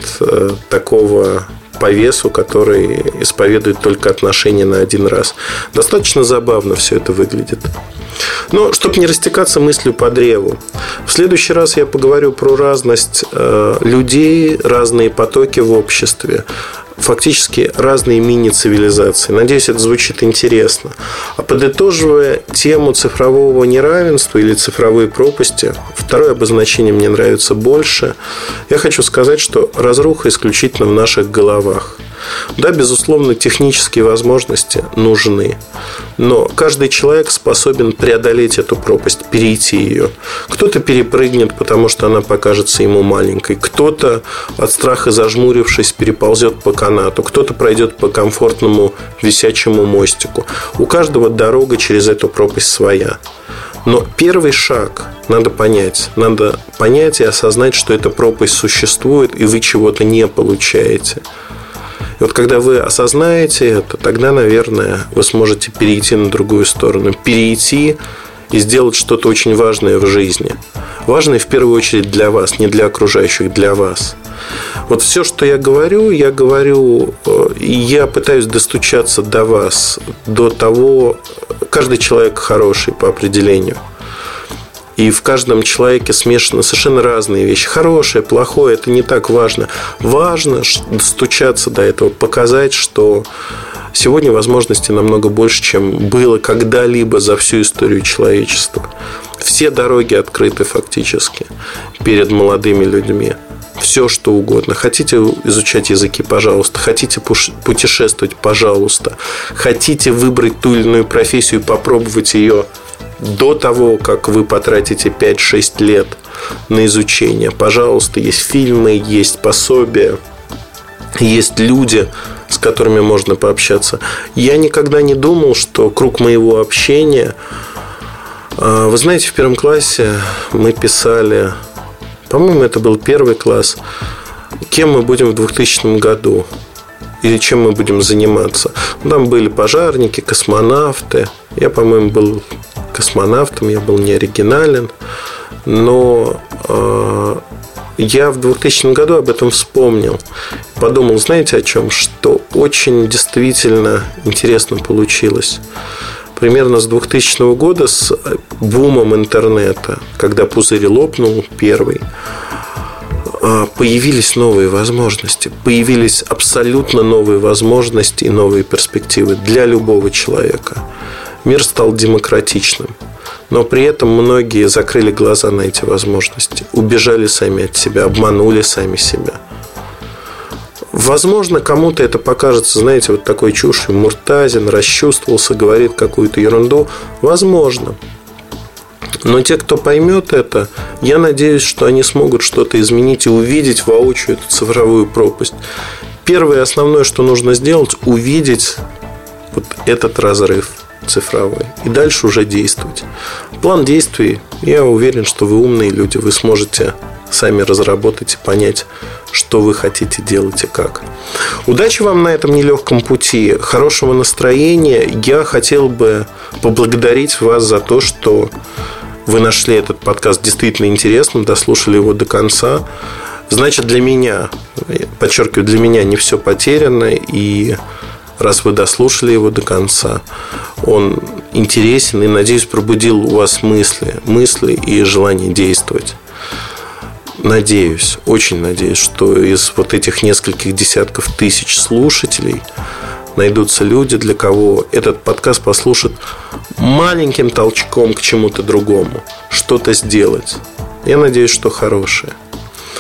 такого повесу, который исповедует только отношения на 1 раз. Достаточно забавно все это выглядит. Но, чтобы не растекаться мыслью по древу, в следующий раз я поговорю про разность людей, разные потоки в обществе, фактически разные мини-цивилизации. Надеюсь, это звучит интересно. А подытоживая тему цифрового неравенства или цифровой пропасти, второе обозначение мне нравится больше. Я хочу сказать, что разруха исключительно в наших головах. Да, безусловно, технические возможности нужны. Но каждый человек способен преодолеть эту пропасть, перейти ее. Кто-то перепрыгнет, потому что она покажется ему маленькой. Кто-то от страха зажмурившись переползет по канату. Кто-то пройдет по комфортному висячему мостику. У каждого дорога через эту пропасть своя. Но первый шаг надо понять. Надо понять и осознать, что эта пропасть существует, и вы чего-то не получаете. И вот когда вы осознаете это, тогда, наверное, вы сможете перейти на другую сторону. Перейти и сделать что-то очень важное в жизни. Важное в первую очередь для вас, не для окружающих, для вас. Вот все, что я говорю, и я пытаюсь достучаться до вас, до того, каждый человек хороший по определению. И в каждом человеке смешаны совершенно разные вещи. Хорошее, плохое, это не так важно. Важно достучаться до этого, показать, что сегодня возможностей намного больше, чем было когда-либо за всю историю человечества. Все дороги открыты фактически перед молодыми людьми. Все, что угодно. Хотите изучать языки, пожалуйста. Хотите путешествовать, пожалуйста. Хотите выбрать ту или иную профессию и попробовать ее до того, как вы потратите 5-6 лет на изучение. Пожалуйста, есть фильмы, есть пособия, есть люди, с которыми можно пообщаться. Я никогда не думал, что круг моего общения... Вы знаете, в 1 классе мы писали, по-моему, это был 1 класс, кем мы будем в 2000 году или чем мы будем заниматься. Там были пожарники, космонавты. Я, по-моему, был космонавтом, я был не оригинален. Но я в 2000 году об этом вспомнил. Подумал, знаете о чем? Что очень действительно интересно получилось. Примерно с 2000 года, с бумом интернета, когда пузырь лопнул первый, появились новые возможности. Появились абсолютно новые возможности и новые перспективы для любого человека. Мир стал демократичным. Но при этом многие закрыли глаза на эти возможности. Убежали сами от себя, обманули сами себя. Возможно, кому-то это покажется, знаете, вот такой чушью. Муртазин расчувствовался, говорит какую-то ерунду. Возможно. Но те, кто поймет это, я надеюсь, что они смогут что-то изменить и увидеть воочию эту цифровую пропасть. Первое основное, что нужно сделать, увидеть вот этот разрыв цифровой и дальше уже действовать. План действий, я уверен, что вы умные люди, вы сможете сами разработать и понять, что вы хотите делать и как. Удачи вам на этом нелегком пути, хорошего настроения. Я хотел бы поблагодарить вас за то, что вы нашли этот подкаст действительно интересным, дослушали его до конца. Значит, для меня, подчеркиваю, для меня не все потеряно. И раз вы дослушали его до конца, он интересен и, надеюсь, пробудил у вас мысли и желание действовать. Надеюсь, очень надеюсь, что из вот этих нескольких десятков тысяч слушателей найдутся люди, для кого этот подкаст послужит маленьким толчком к чему-то другому, что-то сделать. Я надеюсь, что хорошее.